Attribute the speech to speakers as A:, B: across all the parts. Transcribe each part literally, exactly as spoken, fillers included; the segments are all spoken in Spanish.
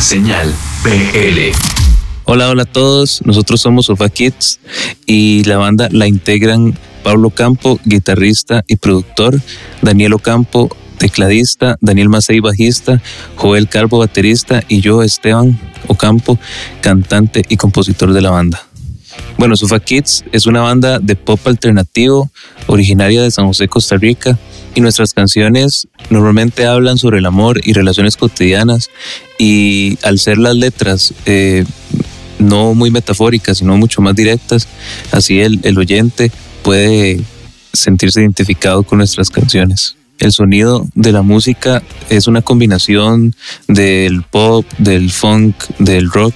A: Señal B L.
B: Hola, hola a todos. Nosotros somos Sofá Kids y la banda la integran Pablo Campo, guitarrista y productor, Daniel Ocampo, tecladista, Daniel Macei, bajista, Joel Calvo, baterista, y yo, Esteban Ocampo, cantante y compositor de la banda. Bueno, Sofá Kids es una banda de pop alternativo originaria de San José, Costa Rica, y nuestras canciones normalmente hablan sobre el amor y relaciones cotidianas, y al ser las letras eh, no muy metafóricas, sino mucho más directas, así el, el oyente puede sentirse identificado con nuestras canciones. El sonido de la música es una combinación del pop, del funk, del rock,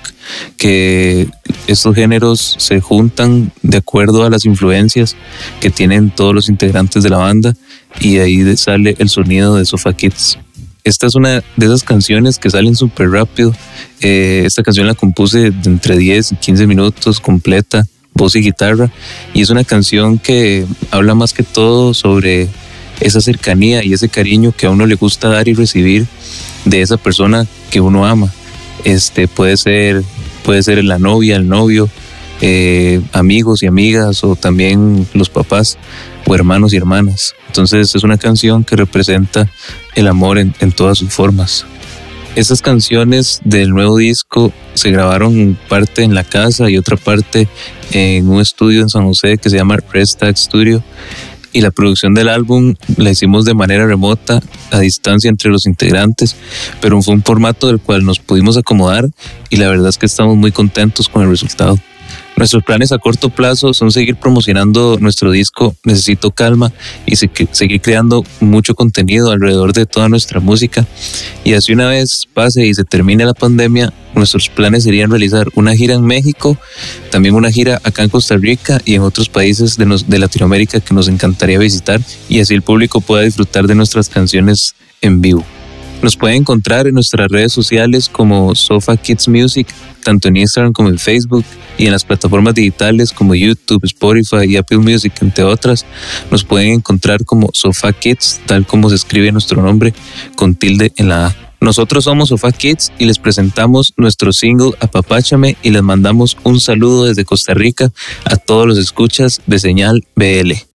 B: que estos géneros se juntan de acuerdo a las influencias que tienen todos los integrantes de la banda, y de ahí sale el sonido de Sofá Kids. Esta es una de esas canciones que salen súper rápido. Eh, esta canción la compuse de entre diez y quince minutos, completa, voz y guitarra, y es una canción que habla más que todo sobre esa cercanía y ese cariño que a uno le gusta dar y recibir de esa persona que uno ama. Este puede ser, puede ser la novia, el novio, eh, amigos y amigas, o también los papás o hermanos y hermanas. Entonces es una canción que representa el amor en, en todas sus formas. Estas canciones del nuevo disco se grabaron parte en la casa y otra parte en un estudio en San José que se llama Restag Studio. Y la producción del álbum la hicimos de manera remota, a distancia entre los integrantes, pero fue un formato del cual nos pudimos acomodar, y la verdad es que estamos muy contentos con el resultado. Nuestros planes a corto plazo son seguir promocionando nuestro disco Necesito Calma y se- seguir creando mucho contenido alrededor de toda nuestra música. Y así, una vez pase y se termine la pandemia, nuestros planes serían realizar una gira en México, también una gira acá en Costa Rica y en otros países de, nos- de Latinoamérica que nos encantaría visitar, y así el público pueda disfrutar de nuestras canciones en vivo. Nos pueden encontrar en nuestras redes sociales como Sofá Kids Music, tanto en Instagram como en Facebook, y en las plataformas digitales como YouTube, Spotify y Apple Music, entre otras. Nos pueden encontrar como Sofá Kids, tal como se escribe nuestro nombre, con tilde en la A. Nosotros somos Sofá Kids y les presentamos nuestro single Apapáchame, y les mandamos un saludo desde Costa Rica a todos los escuchas de Señal B L.